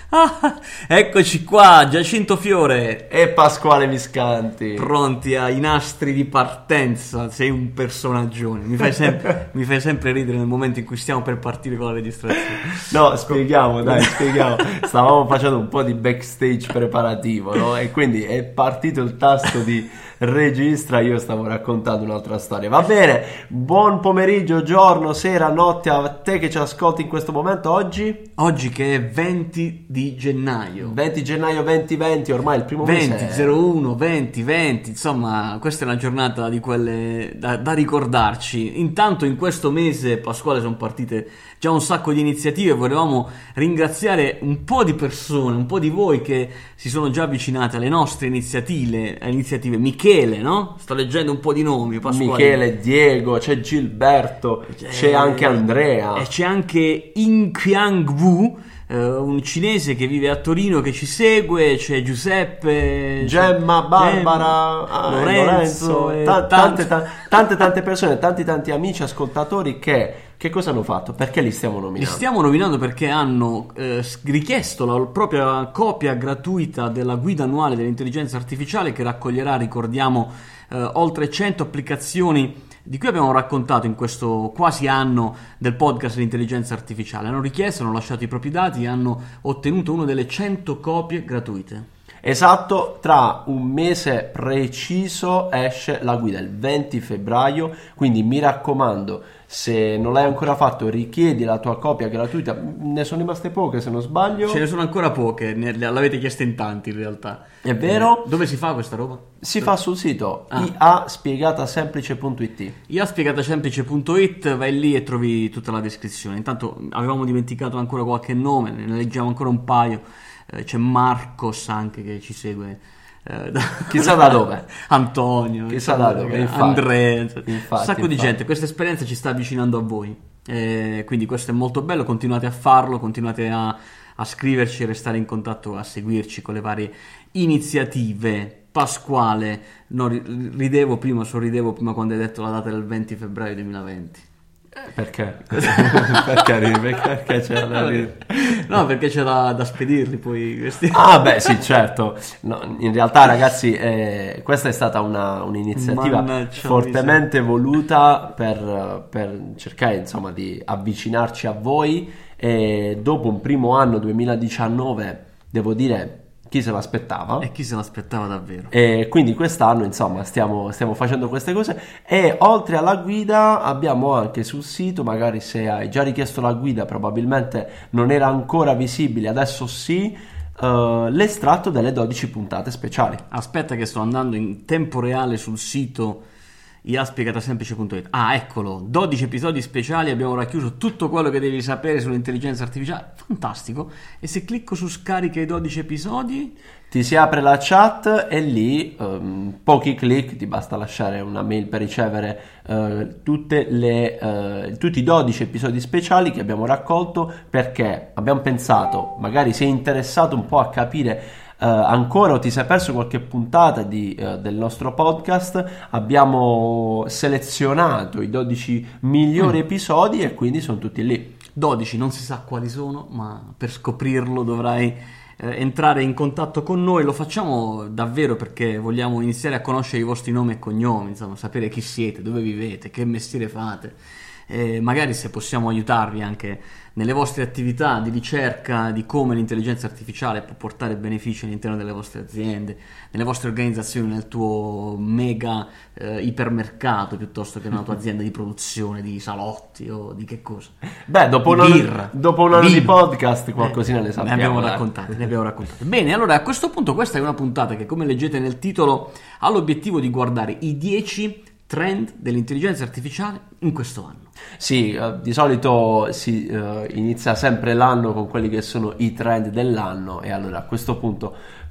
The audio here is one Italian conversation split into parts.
Ah, eccoci qua, Giacinto Fiore e Pasquale Viscanti, pronti ai nastri di partenza. Sei un personaggione, mi fai sempre ridere nel momento in cui stiamo per partire con la registrazione. No, spieghiamo. Stavamo facendo un po' di backstage preparativo, no? E quindi è partito il tasto di registra, io stavo raccontando un'altra storia. Va bene, buon pomeriggio, giorno, sera, notte a te che ci ascolti in questo momento. Oggi che è 20 di gennaio 2020, ormai il primo 20, mese 01, 20, insomma questa è una giornata di quelle da ricordarci. Intanto in questo mese, Pasquale, sono partite già un sacco di iniziative. Volevamo ringraziare un po' di persone, un po' di voi che si sono già avvicinate alle nostre iniziative. Michele, no? Sto leggendo un po' di nomi, Pasquale. Michele, Diego, c'è Gilberto, c'è anche Andrea e c'è anche In Qiang Wu, un cinese che vive a Torino che ci segue. C'è Giuseppe, Gemma, Barbara, Lorenzo tante persone, tanti amici ascoltatori che cosa hanno fatto? Perché li stiamo nominando? Li stiamo nominando perché hanno richiesto la propria copia gratuita della guida annuale dell'intelligenza artificiale, che raccoglierà, ricordiamo, oltre 100 applicazioni di cui abbiamo raccontato in questo quasi anno del podcast dell'intelligenza artificiale. Hanno richiesto, hanno lasciato i propri dati e hanno ottenuto una delle 100 copie gratuite. Esatto, tra un mese preciso esce la guida, il 20 febbraio, quindi mi raccomando, se non l'hai ancora fatto richiedi la tua copia gratuita. Ne sono rimaste poche, se non sbaglio. Ce ne sono ancora poche, l'avete chiesto in tanti in realtà. È vero? Dove si fa questa roba? Si fa sul sito iaspiegatasemplice.it. iaspiegatasemplice.it, vai lì e trovi tutta la descrizione. Intanto avevamo dimenticato ancora qualche nome, ne leggiamo ancora un paio. C'è Marcos anche che ci segue, chissà da dove. Antonio, chissà da dove, infatti, Andrea, un sacco di gente. Questa esperienza ci sta avvicinando a voi, quindi questo è molto bello. Continuate a farlo, continuate a scriverci, a restare in contatto, a seguirci con le varie iniziative. Pasquale, sorridevo prima quando hai detto la data del 20 febbraio 2020. Perché? Perché c'era da ridere? No, perché c'era da spedirli poi questi. Ah beh sì, certo. No, in realtà ragazzi, questa è stata un'iniziativa fortemente voluta per cercare, insomma, di avvicinarci a voi, e dopo un primo anno 2019 devo dire chi se l'aspettava. E chi se l'aspettava davvero. E quindi quest'anno, insomma, stiamo facendo queste cose. E oltre alla guida abbiamo anche sul sito, magari se hai già richiesto la guida probabilmente non era ancora visibile, adesso sì, l'estratto delle 12 puntate speciali. Aspetta che sto andando in tempo reale sul sito iaspiegatasemplice.it. Ah, eccolo, 12 episodi speciali, abbiamo racchiuso tutto quello che devi sapere sull'intelligenza artificiale. Fantastico. E se clicco su scarica i 12 episodi ti si apre la chat e lì pochi click, ti basta lasciare una mail per ricevere tutti i 12 episodi speciali che abbiamo raccolto, perché abbiamo pensato, magari sei interessato un po' a capire ancora o ti sei perso qualche puntata del nostro podcast. Abbiamo selezionato i 12 migliori episodi e quindi sono tutti lì. 12, non si sa quali sono, ma per scoprirlo dovrai entrare in contatto con noi. Lo facciamo davvero perché vogliamo iniziare a conoscere i vostri nomi e cognomi, insomma, sapere chi siete, dove vivete, che mestiere fate, magari se possiamo aiutarvi anche nelle vostre attività di ricerca di come l'intelligenza artificiale può portare benefici all'interno delle vostre aziende, nelle vostre organizzazioni, nel tuo mega ipermercato, piuttosto che nella tua azienda di produzione di salotti o di che cosa. Beh, dopo un anno di podcast qualcosina ne sappiamo. Ne abbiamo raccontate. Bene, allora a questo punto questa è una puntata che, come leggete nel titolo, ha l'obiettivo di guardare i 10 trend dell'intelligenza artificiale in questo anno. Sì, di solito si inizia sempre l'anno con quelli che sono i trend dell'anno, e allora a questo punto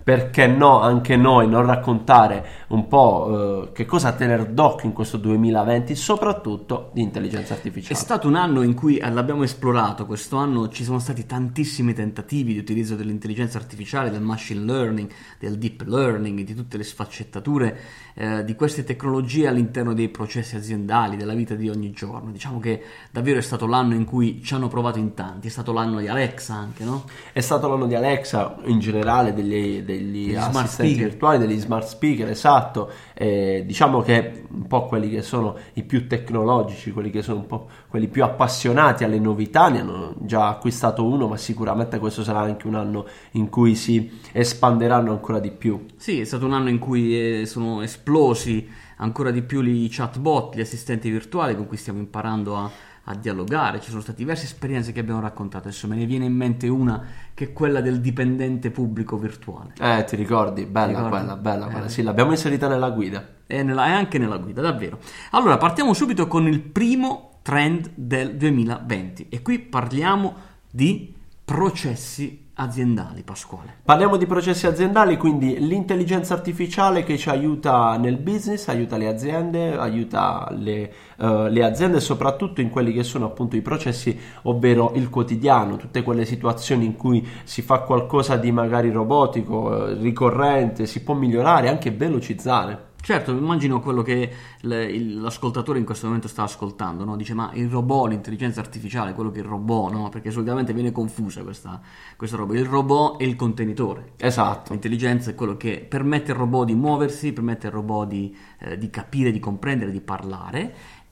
perché no, anche noi non raccontare un po' che cosa tenere d'occhio in questo 2020, soprattutto di intelligenza artificiale. È stato un anno in cui l'abbiamo esplorato, questo anno ci sono stati tantissimi tentativi di utilizzo dell'intelligenza artificiale, del machine learning, del deep learning, di tutte le sfaccettature di queste tecnologie all'interno dei processi aziendali, della vita di ogni giorno. Diciamo che davvero è stato l'anno in cui ci hanno provato in tanti, è stato l'anno di Alexa anche, no? È stato l'anno di Alexa, in generale degli assistenti virtuali, degli smart speaker, esatto. Diciamo che un po' quelli che sono i più tecnologici, quelli che sono un po' quelli più appassionati alle novità ne hanno già acquistato uno, ma sicuramente questo sarà anche un anno in cui si espanderanno ancora di più. Sì, è stato un anno in cui sono esplosi ancora di più i chatbot, gli assistenti virtuali con cui stiamo imparando a dialogare. Ci sono state diverse esperienze che abbiamo raccontato. Adesso me ne viene in mente una che è quella del dipendente pubblico virtuale. Ti ricordi? Bella quella. Sì, l'abbiamo inserita nella guida. E anche nella guida, davvero. Allora, partiamo subito con il primo trend del 2020 e qui parliamo di processi aziendali, Pasquale. Parliamo di processi aziendali, quindi l'intelligenza artificiale che ci aiuta nel business, aiuta le aziende, aiuta le aziende soprattutto in quelli che sono appunto i processi, ovvero il quotidiano, tutte quelle situazioni in cui si fa qualcosa di magari robotico, ricorrente, si può migliorare, anche velocizzare. Certo, immagino quello che l'ascoltatore in questo momento sta ascoltando, no? Dice, ma il robot, l'intelligenza artificiale, quello che è il robot, no? Perché solitamente viene confusa questa roba. Il robot è il contenitore. Esatto. L'intelligenza è quello che permette al robot di muoversi, permette al robot di capire, di comprendere, di parlare.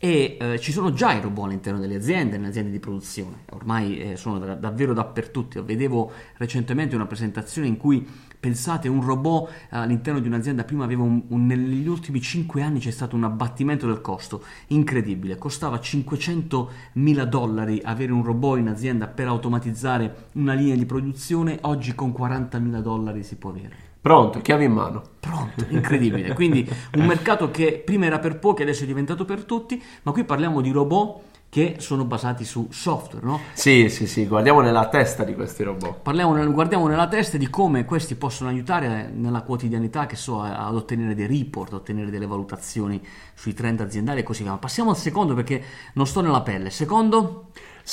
E ci sono già i robot all'interno delle aziende, nelle aziende di produzione, ormai sono davvero dappertutto. Vedevo recentemente una presentazione in cui, pensate, un robot all'interno di un'azienda prima aveva negli ultimi 5 anni c'è stato un abbattimento del costo incredibile, costava $500.000 avere un robot in azienda per automatizzare una linea di produzione, oggi con $40.000 si può avere. Pronto, chiave in mano. Pronto, incredibile. Quindi un mercato che prima era per pochi, adesso è diventato per tutti, ma qui parliamo di robot che sono basati su software, no? Sì, guardiamo nella testa di questi robot. Guardiamo nella testa di come questi possono aiutare nella quotidianità, che so, ad ottenere dei report, ad ottenere delle valutazioni sui trend aziendali e così via. Passiamo al secondo perché non sto nella pelle. Secondo,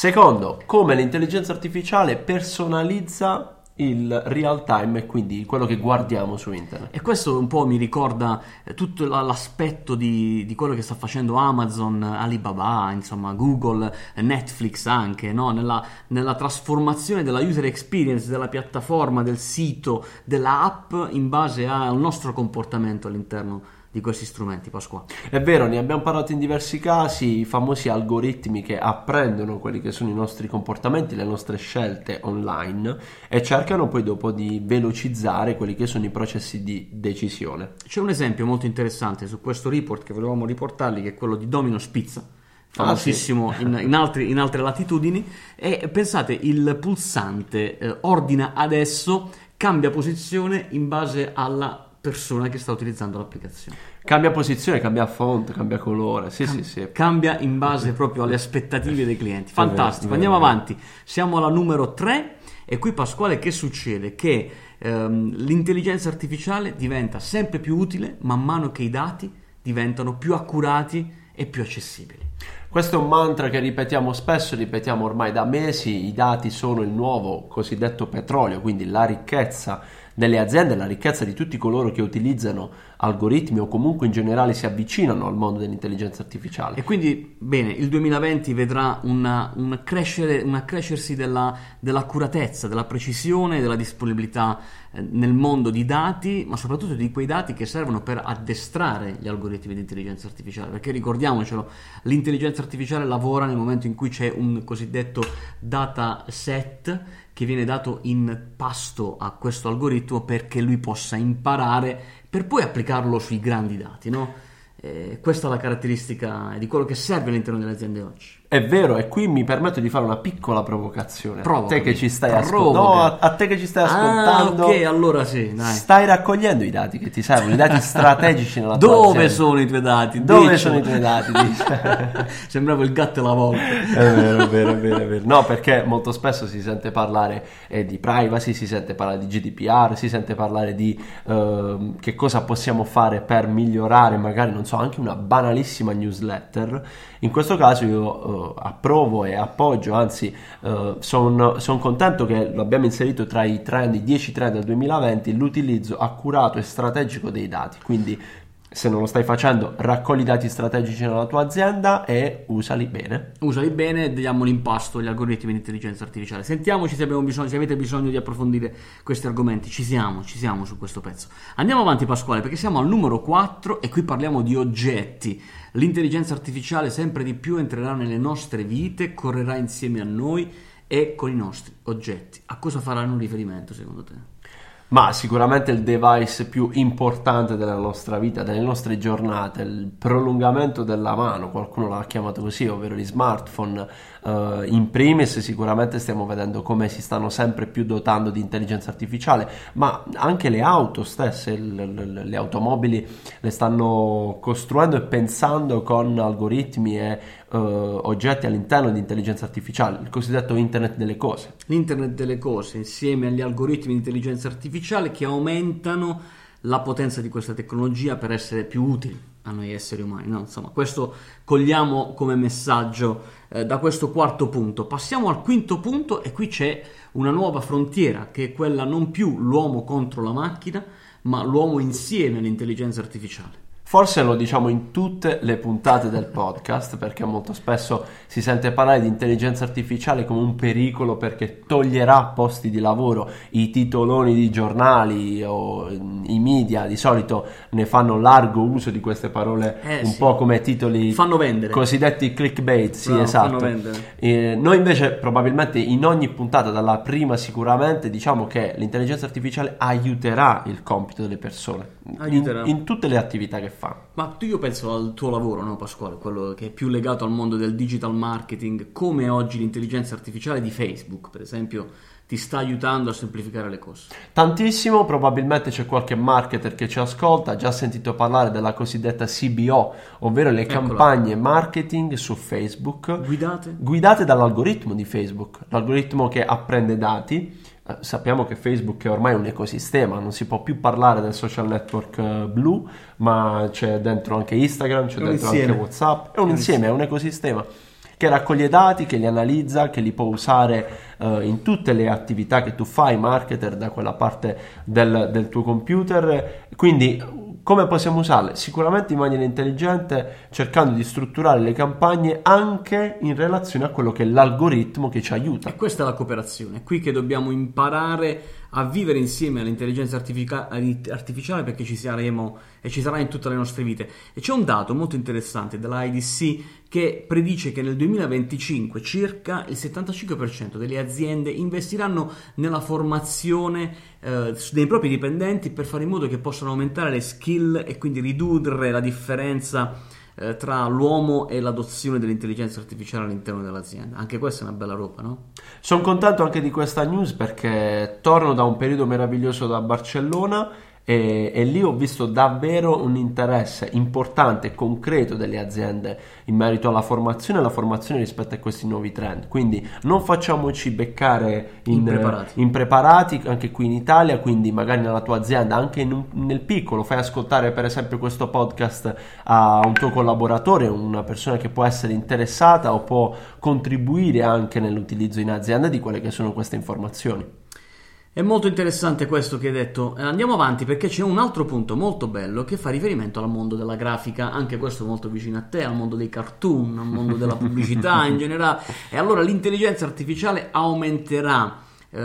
come l'intelligenza artificiale personalizza il real time e quindi quello che guardiamo su internet. E questo un po' mi ricorda tutto l'aspetto di quello che sta facendo Amazon, Alibaba, insomma Google, Netflix anche, no? Nella trasformazione della user experience, della piattaforma, del sito, della app in base al nostro comportamento all'interno di questi strumenti, Pasquale. È vero, ne abbiamo parlato in diversi casi, i famosi algoritmi che apprendono quelli che sono i nostri comportamenti, le nostre scelte online e cercano poi dopo di velocizzare quelli che sono i processi di decisione. C'è un esempio molto interessante su questo report che volevamo riportarli, che è quello di Domino's Pizza, famosissimo sì. in altre latitudini, e pensate, il pulsante ordina adesso, cambia posizione in base alla persona che sta utilizzando l'applicazione. Cambia posizione, cambia font, cambia colore, sì. Cambia in base proprio alle aspettative dei clienti. Fantastico, andiamo avanti. Siamo alla numero 3 e qui, Pasquale, che succede? Che l'intelligenza artificiale diventa sempre più utile man mano che i dati diventano più accurati e più accessibili. Questo è un mantra che ripetiamo spesso, ripetiamo ormai da mesi. I dati sono il nuovo cosiddetto petrolio, quindi la ricchezza delle aziende, la ricchezza di tutti coloro che utilizzano algoritmi o comunque in generale si avvicinano al mondo dell'intelligenza artificiale. E quindi, bene, il 2020 vedrà un accrescersi dell'accuratezza, della precisione, della disponibilità nel mondo di dati, ma soprattutto di quei dati che servono per addestrare gli algoritmi di intelligenza artificiale, perché ricordiamocelo, l'intelligenza artificiale lavora nel momento in cui c'è un cosiddetto dataset che viene dato in pasto a questo algoritmo perché lui possa imparare per poi applicarlo sui grandi dati, no? Questa è la caratteristica di quello che serve all'interno delle aziende oggi. È vero, e qui mi permetto di fare una piccola provocazione. Provocami. Te che ci stai Provoca. No, a te che ci stai ascoltando. Ok, allora sì, dai. Stai raccogliendo i dati che ti servono, i dati strategici nella tua Dove azienda. sono i tuoi dati? Dove Diccelo. sono i tuoi dati? Sembrava il gatto e la volpe. È vero. No, perché molto spesso si sente parlare di privacy, si sente parlare di GDPR, si sente parlare di che cosa possiamo fare per migliorare magari, non so, anche una banalissima newsletter. In questo caso io approvo e appoggio, anzi sono contento che lo abbiamo inserito tra i 10 trend del 2020, l'utilizzo accurato e strategico dei dati. Quindi se non lo stai facendo, raccogli dati strategici nella tua azienda e usali bene. Usali bene e diamo l'impasto agli algoritmi di intelligenza artificiale. Sentiamoci se avete bisogno di approfondire questi argomenti. Ci siamo su questo pezzo. Andiamo avanti, Pasquale, perché siamo al numero 4 e qui parliamo di oggetti. L'intelligenza artificiale sempre di più entrerà nelle nostre vite, correrà insieme a noi e con i nostri oggetti. A cosa faranno riferimento secondo te? Ma sicuramente il device più importante della nostra vita, delle nostre giornate, il prolungamento della mano, qualcuno l'ha chiamato così, ovvero gli smartphone. In primis sicuramente stiamo vedendo come si stanno sempre più dotando di intelligenza artificiale, ma anche le auto stesse, le automobili le stanno costruendo e pensando con algoritmi e oggetti all'interno di intelligenza artificiale, il cosiddetto internet delle cose. L'internet delle cose insieme agli algoritmi di intelligenza artificiale che aumentano la potenza di questa tecnologia per essere più utili a noi esseri umani, no? Insomma, questo cogliamo come messaggio da questo quarto punto. Passiamo al quinto punto e qui c'è una nuova frontiera che è quella non più l'uomo contro la macchina, ma l'uomo insieme all'intelligenza artificiale. Forse lo diciamo in tutte le puntate del podcast, perché molto spesso si sente parlare di intelligenza artificiale come un pericolo perché toglierà posti di lavoro. I titoloni di giornali o i media di solito ne fanno largo uso di queste parole, un po' come titoli fanno vendere, cosiddetti clickbait. Sì, esatto. Fanno vendere. Noi invece probabilmente in ogni puntata, dalla prima sicuramente, diciamo che l'intelligenza artificiale aiuterà il compito delle persone in tutte le attività che fa. Ma io penso al tuo lavoro, no, Pasquale, quello che è più legato al mondo del digital marketing, come oggi l'intelligenza artificiale di Facebook, per esempio, ti sta aiutando a semplificare le cose. Tantissimo, probabilmente c'è qualche marketer che ci ascolta, ha già sentito parlare della cosiddetta CBO, ovvero le campagne marketing su Facebook guidate dall'algoritmo di Facebook, l'algoritmo che apprende dati. Sappiamo che Facebook è ormai un ecosistema, non si può più parlare del social network blu, ma c'è dentro anche Instagram, c'è dentro anche WhatsApp, è un insieme, è un ecosistema che raccoglie dati, che li analizza, che li può usare in tutte le attività che tu fai, marketer, da quella parte del tuo computer. Quindi come possiamo usarle? Sicuramente in maniera intelligente, cercando di strutturare le campagne anche in relazione a quello che è l'algoritmo che ci aiuta. E questa è la cooperazione, è qui che dobbiamo imparare a vivere insieme all'intelligenza artificiale, perché ci saremo e ci sarà in tutte le nostre vite. E c'è un dato molto interessante della IDC che predice che nel 2025 circa il 75% delle aziende investiranno nella formazione dei propri dipendenti per fare in modo che possano aumentare le skill e quindi ridurre la differenza tra l'uomo e l'adozione dell'intelligenza artificiale all'interno dell'azienda. Anche questa è una bella roba, no? Sono contento anche di questa news perché torno da un periodo meraviglioso da Barcellona e lì ho visto davvero un interesse importante e concreto delle aziende in merito alla formazione e alla formazione rispetto a questi nuovi trend. Quindi non facciamoci beccare impreparati anche qui in Italia. Quindi magari nella tua azienda, anche nel piccolo, fai ascoltare per esempio questo podcast a un tuo collaboratore, una persona che può essere interessata o può contribuire anche nell'utilizzo in azienda di quelle che sono queste informazioni. È molto interessante questo che hai detto. Andiamo avanti perché c'è un altro punto molto bello che fa riferimento al mondo della grafica, anche questo molto vicino a te, al mondo dei cartoon, al mondo della pubblicità in generale. E allora l'intelligenza artificiale aumenterà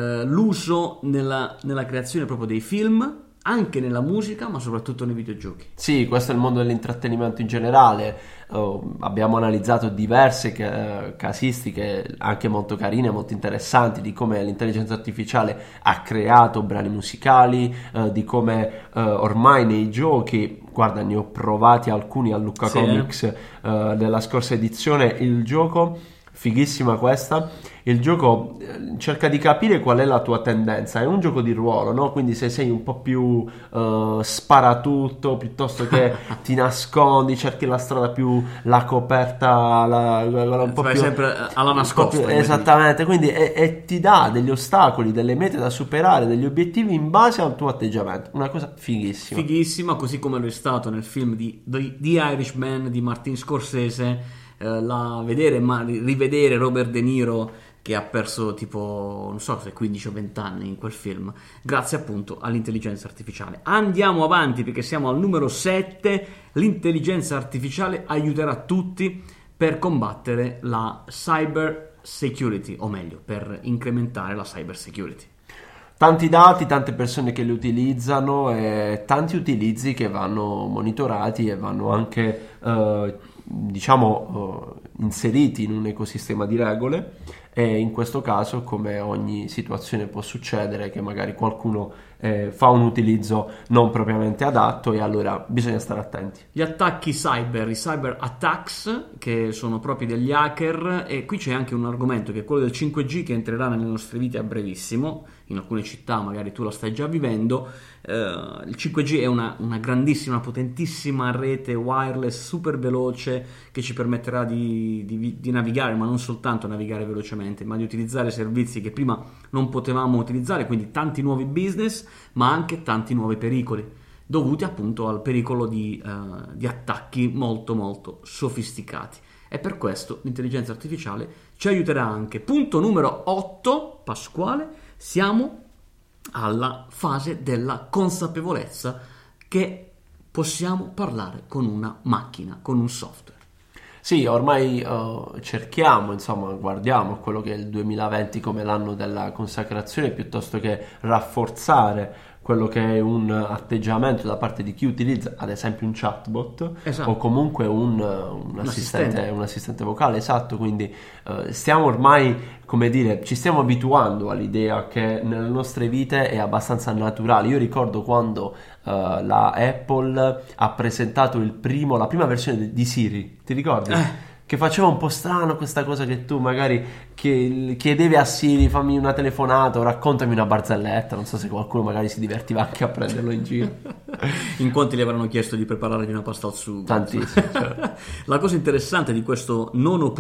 l'uso nella creazione proprio dei film, anche nella musica, ma soprattutto nei videogiochi. Sì, questo è il mondo dell'intrattenimento in generale. Abbiamo analizzato diverse casistiche anche molto carine, molto interessanti, di come l'intelligenza artificiale ha creato brani musicali, di come ormai nei giochi, guarda, ne ho provati alcuni a Lucca Comics della scorsa edizione, il gioco fighissima questa. Il gioco cerca di capire qual è la tua tendenza, è un gioco di ruolo, no? Quindi se sei un po' più sparatutto, piuttosto che ti nascondi, cerchi la strada più, la coperta, un po' più sempre alla nascosta. Esattamente, quindi e ti dà degli ostacoli, delle mete da superare, degli obiettivi in base al tuo atteggiamento. Una cosa fighissima. Fighissima, così come lo è stato nel film di The Irishman di Martin Scorsese, rivedere Robert De Niro che ha perso tipo, non so se 15 o 20 anni in quel film, grazie appunto all'intelligenza artificiale. Andiamo avanti perché siamo al numero 7. L'intelligenza artificiale aiuterà tutti per combattere la cyber security, o meglio, per incrementare la cyber security. Tanti dati, tante persone che li utilizzano e tanti utilizzi che vanno monitorati e vanno anche, inseriti in un ecosistema di regole. E in questo caso, come ogni situazione, può succedere che magari qualcuno fa un utilizzo non propriamente adatto e allora bisogna stare attenti. Gli attacchi cyber, i cyber attacks, che sono propri degli hacker, e qui c'è anche un argomento che è quello del 5G che entrerà nelle nostre vite a brevissimo. In alcune città magari tu la stai già vivendo. Il 5G è una grandissima, potentissima rete wireless super veloce che ci permetterà di navigare, ma non soltanto navigare velocemente, ma di utilizzare servizi che prima non potevamo utilizzare, quindi tanti nuovi business, ma anche tanti nuovi pericoli, dovuti appunto al pericolo di attacchi molto molto sofisticati. E per questo l'intelligenza artificiale ci aiuterà anche. Punto numero 8, Pasquale, siamo alla fase della consapevolezza che possiamo parlare con una macchina, con un software. Sì, ormai cerchiamo, guardiamo a quello che è il 2020 come l'anno della consacrazione, piuttosto che rafforzare quello che è un atteggiamento da parte di chi utilizza ad esempio un chatbot, esatto, o comunque un assistente vocale, esatto. Quindi stiamo ormai, come dire, ci stiamo abituando all'idea che nelle nostre vite è abbastanza naturale. Io ricordo quando la Apple ha presentato la prima versione di Siri, ti ricordi? Che faceva un po' strano questa cosa che tu magari chiedevi a Siri fammi una telefonata o raccontami una barzelletta. Non so se qualcuno magari si divertiva anche a prenderlo in giro. In quanti le avranno chiesto di preparargli una pasta al sugo? Tantissimo. Certo. La cosa interessante di questo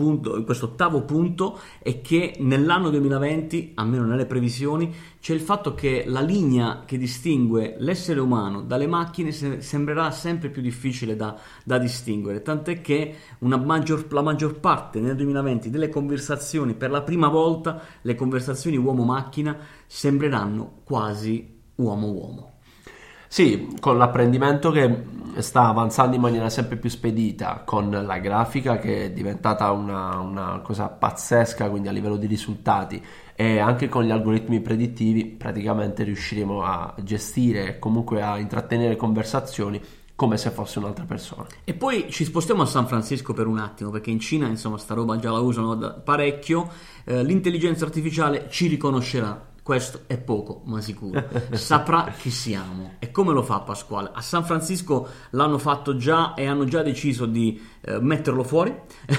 ottavo punto è che nell'anno 2020, almeno nelle previsioni, c'è il fatto che la linea che distingue l'essere umano dalle macchine sembrerà sempre più difficile da distinguere, tant'è che la maggior parte nel 2020 delle conversazioni, per la prima volta le conversazioni uomo-macchina sembreranno quasi uomo-uomo. Sì, con l'apprendimento che sta avanzando in maniera sempre più spedita, con la grafica che è diventata una cosa pazzesca, quindi a livello di risultati, e anche con gli algoritmi predittivi praticamente riusciremo a gestire e comunque a intrattenere conversazioni come se fosse un'altra persona. E poi ci spostiamo a San Francisco per un attimo, perché in Cina sta roba già la usano parecchio. L'intelligenza artificiale ci riconoscerà. Questo è poco, ma sicuro. Saprà chi siamo. E come lo fa Pasquale? A San Francisco l'hanno fatto già e hanno già deciso di metterlo fuori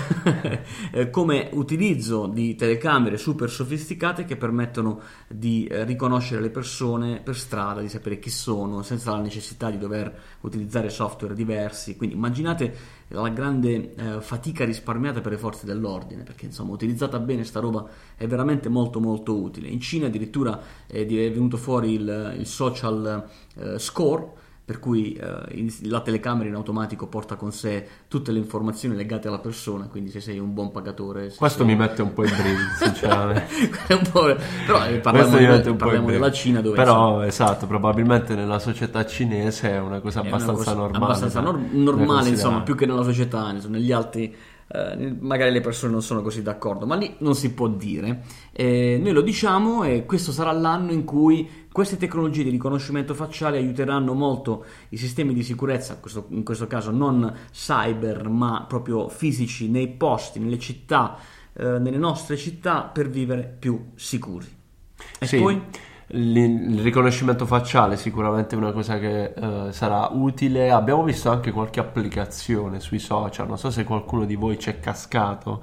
come utilizzo di telecamere super sofisticate che permettono di riconoscere le persone per strada, di sapere chi sono, senza la necessità di dover utilizzare software diversi. Quindi immaginate la grande fatica risparmiata per le forze dell'ordine, perché utilizzata bene sta roba è veramente molto molto utile. In Cina addirittura è venuto fuori il social score, per cui la telecamera in automatico porta con sé tutte le informazioni legate alla persona, quindi se sei un buon pagatore... Questo mi mette un po' in brividi, sinceramente. Però parliamo della Cina, dove... Però, esatto, probabilmente nella società cinese è una cosa abbastanza normale. Abbastanza normale, più che nella società, negli altri... magari le persone non sono così d'accordo, ma lì non si può dire. Noi lo diciamo, e questo sarà l'anno in cui queste tecnologie di riconoscimento facciale aiuteranno molto i sistemi di sicurezza, in questo caso non cyber ma proprio fisici, nei posti, nelle città, nelle nostre città, per vivere più sicuri. E sì. poi il riconoscimento facciale sicuramente è una cosa che sarà utile. Abbiamo visto anche qualche applicazione sui social, non so se qualcuno di voi c'è cascato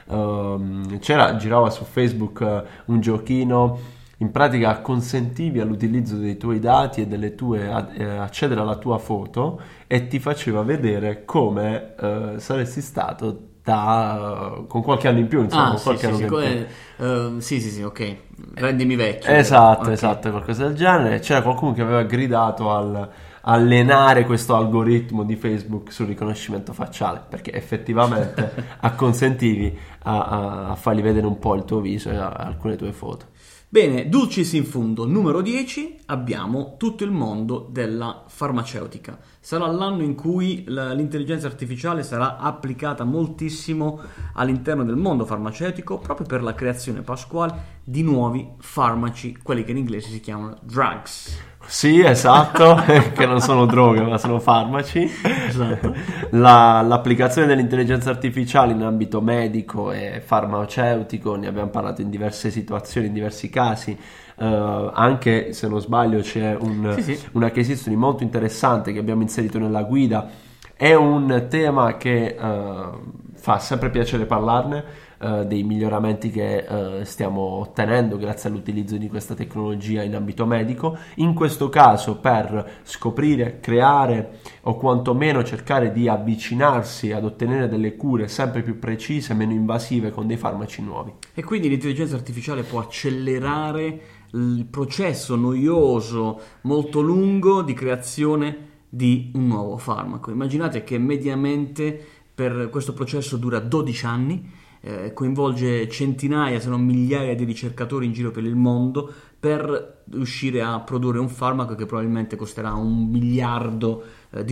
girava su Facebook un giochino. In pratica consentivi all'utilizzo dei tuoi dati e delle tue accedere alla tua foto e ti faceva vedere come saresti stato con qualche anno in più, insomma, con qualche anno in più. Sì, ok. Rendimi vecchio. Esatto, Okay. esatto, qualcosa del genere. C'era qualcuno che aveva gridato al allenare questo algoritmo di Facebook sul riconoscimento facciale, perché effettivamente acconsentivi a fargli vedere un po' il tuo viso e alcune tue foto. Bene, dulcis in fundo, numero 10, abbiamo tutto il mondo della farmaceutica. Sarà l'anno in cui l'intelligenza artificiale sarà applicata moltissimo all'interno del mondo farmaceutico proprio per la creazione, Pasquale, di nuovi farmaci, quelli che in inglese si chiamano drugs. Sì, esatto, che non sono droghe ma sono farmaci. Esatto. L'applicazione dell'intelligenza artificiale in ambito medico e farmaceutico, ne abbiamo parlato in diverse situazioni, in diversi casi. Anche se non sbaglio c'è una case history molto interessante che abbiamo inserito nella guida. È un tema che fa sempre piacere parlarne, dei miglioramenti che stiamo ottenendo grazie all'utilizzo di questa tecnologia in ambito medico, in questo caso per scoprire, creare o quantomeno cercare di avvicinarsi ad ottenere delle cure sempre più precise, meno invasive con dei farmaci nuovi. E quindi l'intelligenza artificiale può accelerare il processo noioso, molto lungo di creazione di un nuovo farmaco. Immaginate che mediamente per questo processo dura 12 anni, coinvolge centinaia se non migliaia di ricercatori in giro per il mondo per riuscire a produrre un farmaco che probabilmente costerà $1 miliardo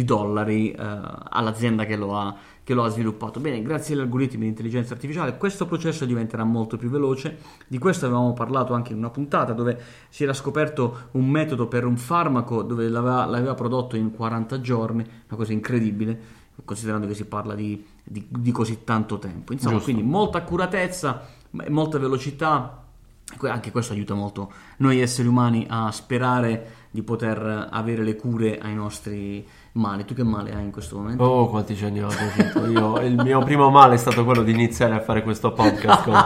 all'azienda che lo ha sviluppato. Bene, grazie agli algoritmi di intelligenza artificiale questo processo diventerà molto più veloce. Di questo avevamo parlato anche in una puntata dove si era scoperto un metodo per un farmaco dove l'aveva prodotto in 40 giorni, una cosa incredibile considerando che si parla di così tanto tempo. Insomma, Giusto. quindi molta accuratezza, molta velocità. Anche questo aiuta molto noi esseri umani a sperare di poter avere le cure ai nostri mali. Tu che male hai in questo momento? Oh, quanti ce ne ho, Giacinto. Il mio primo male è stato quello di iniziare a fare questo podcast con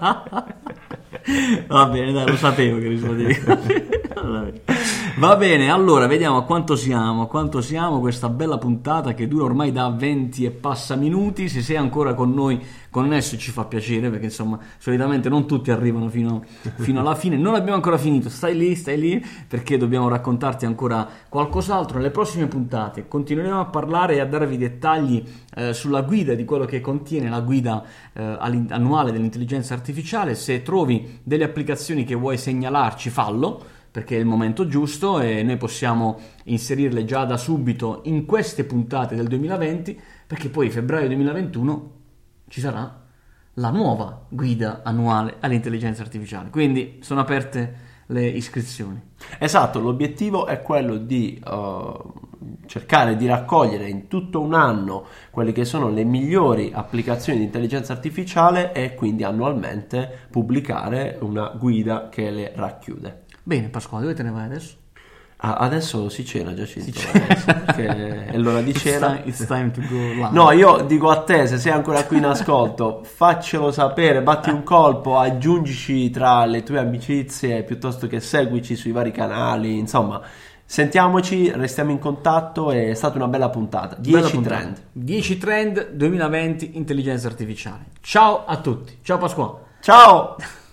te. Va bene, dai, lo sapevo che rispondevi così. Va bene, allora vediamo quanto siamo questa bella puntata che dura ormai da 20 e passa minuti. Se sei ancora con noi connesso ci fa piacere, perché insomma solitamente non tutti arrivano fino alla fine. Non abbiamo ancora finito, stai lì perché dobbiamo raccontarti ancora qualcos'altro. Nelle prossime puntate continueremo a parlare e a darvi dettagli sulla guida di quello che contiene la guida annuale dell'intelligenza artificiale. Se trovi delle applicazioni che vuoi segnalarci, fallo, perché è il momento giusto e noi possiamo inserirle già da subito in queste puntate del 2020, perché poi febbraio 2021 ci sarà la nuova guida annuale all'intelligenza artificiale, quindi sono aperte le iscrizioni. Esatto, l'obiettivo è quello di cercare di raccogliere in tutto un anno quelle che sono le migliori applicazioni di intelligenza artificiale e quindi annualmente pubblicare una guida che le racchiude. Bene, Pasquale, dove te ne vai adesso? Adesso si cena, Giacinto, perché è l'ora di cena. It's time to go live. No, io dico a te, se sei ancora qui in ascolto, faccelo sapere, batti un colpo, aggiungici tra le tue amicizie, piuttosto che seguici sui vari canali, insomma, sentiamoci, restiamo in contatto, è stata una bella puntata. 10 trend. 10 trend 2020 intelligenza artificiale. Ciao a tutti. Ciao Pasquale. Ciao!